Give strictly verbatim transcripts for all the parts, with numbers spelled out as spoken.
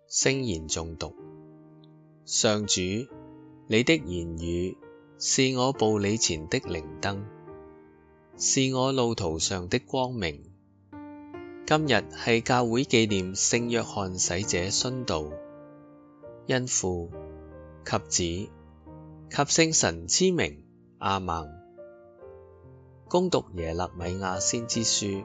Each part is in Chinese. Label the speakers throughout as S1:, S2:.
S1: 聖言誦讀。上主，你的言語是我步履前的靈燈，是我路途上的光明。今日係教會紀念聖若翰洗者殉道，因父及子及聖神之名，阿孟。恭讀耶肋米亞先知書。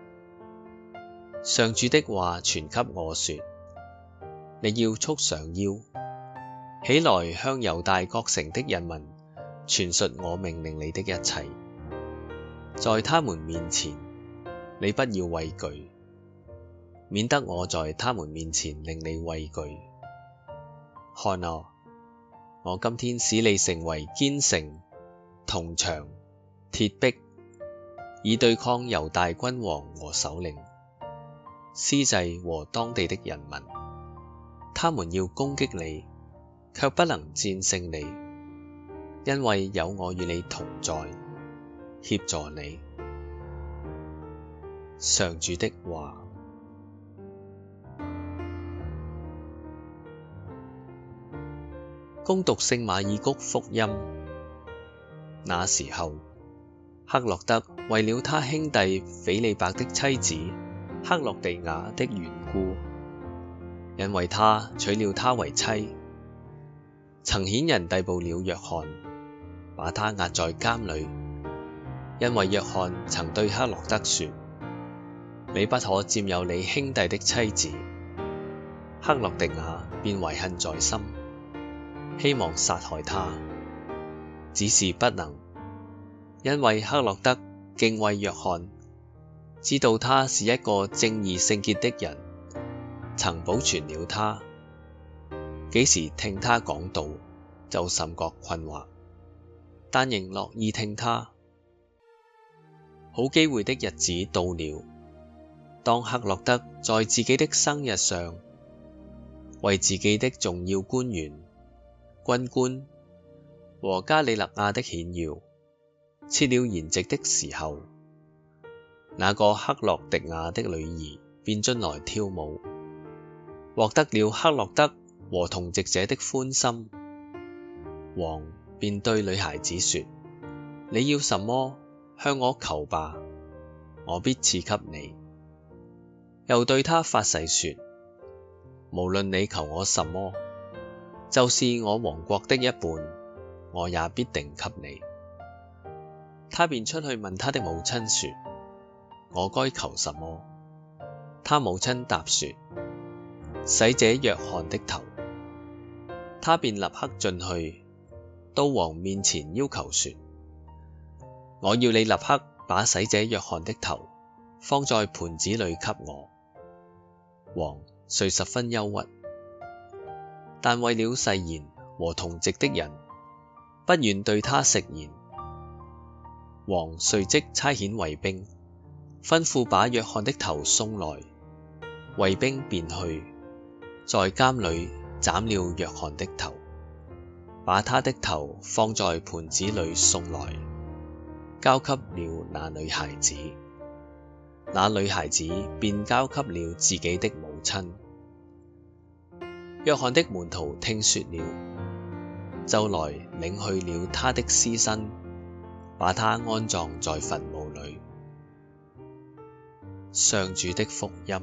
S1: 上主的話傳給我說：你要束上腰，起來向猶大各城的人民傳述我命令你的一切。在他們面前，你不要畏懼，免得我在他們面前令你畏懼。看啊，我今天使你成為堅城、銅牆、鐵壁，以對抗猶大君王和首領、司祭和當地的人民。他們要攻擊你，卻不能戰勝你，因為有我與你同在，協助你。上主的話。恭讀聖馬爾谷福音。那時候，黑落德為了他兄弟斐理伯的妻子克洛地雅的緣故，因為他娶了她為妻，曾遣人逮捕了若翰，把他押在監裏。因為若翰曾對黑落德說：你不可佔有你兄弟的妻子。黑落地雅便懷恨在心，希望殺害他，只是不能，因為黑落德敬畏若翰，知道他是一個正義聖潔的人，曾保存了他，幾時聽他講道，就甚覺困惑，但仍樂意聽他。好機會的日子到了，當黑落德在自己的生日上，為自己的重要官員、軍官和加里肋亞的顯要設了筵席的時候，那個克洛狄雅的女兒便進來跳舞，獲得了黑落德和同席者的歡心。王便對女孩子說：你要什麼，向我求吧，我必賜給你。又對她發誓說：無論你求我什麼，就是我王國的一半，我也必定給你。她便出去問她的母親說：我該求什麼？她母親答說：洗者若翰的頭。她便立刻進去，到王面前要求說：我要你立刻把洗者若翰的頭放在盤子裏給我。王遂十分憂鬱，但為了誓言和同席的人，不願對他食言。王遂即差遣衛兵，吩咐把若翰的頭送來。衛兵便去，在監裏斬了若翰的頭，把他的頭放在盤子裏送來，交給了那女孩子。那女孩子便交給了自己的母親。若翰的門徒聽說了，就來領去了他的屍身，把他安葬在墳墓裏。上主的福音。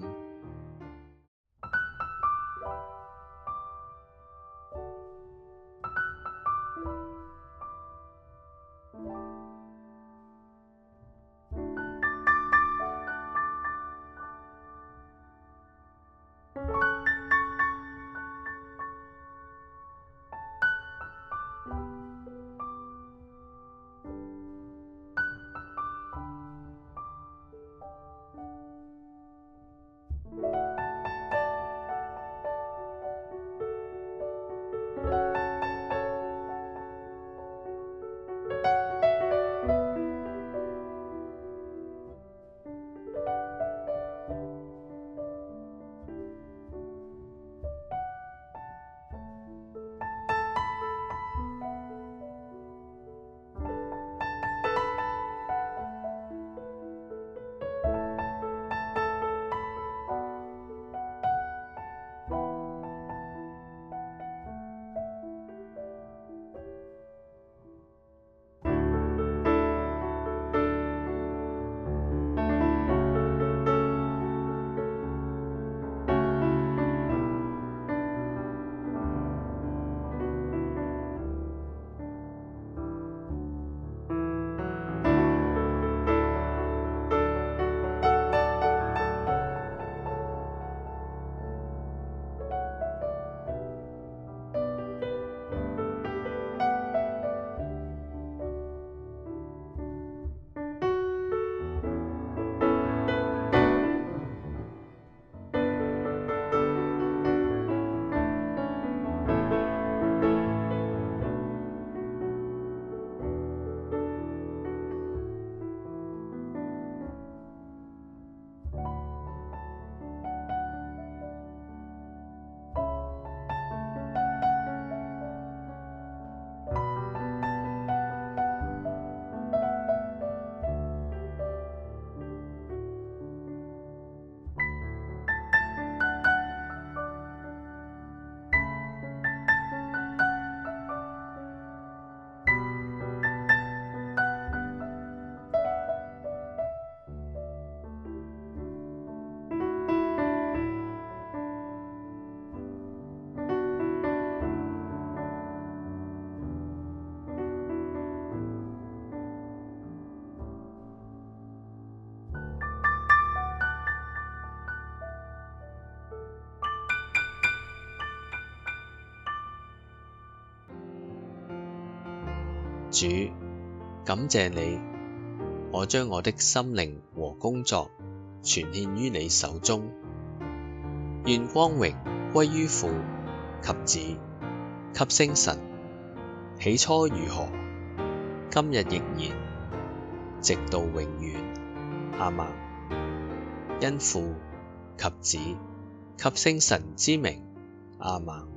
S1: 主，感謝你，我將我的心靈和工作全獻於你手中。願光榮歸於父及子及聖神，起初如何，今日亦然，直到永遠。阿們。因父及子及聖神之名。阿們。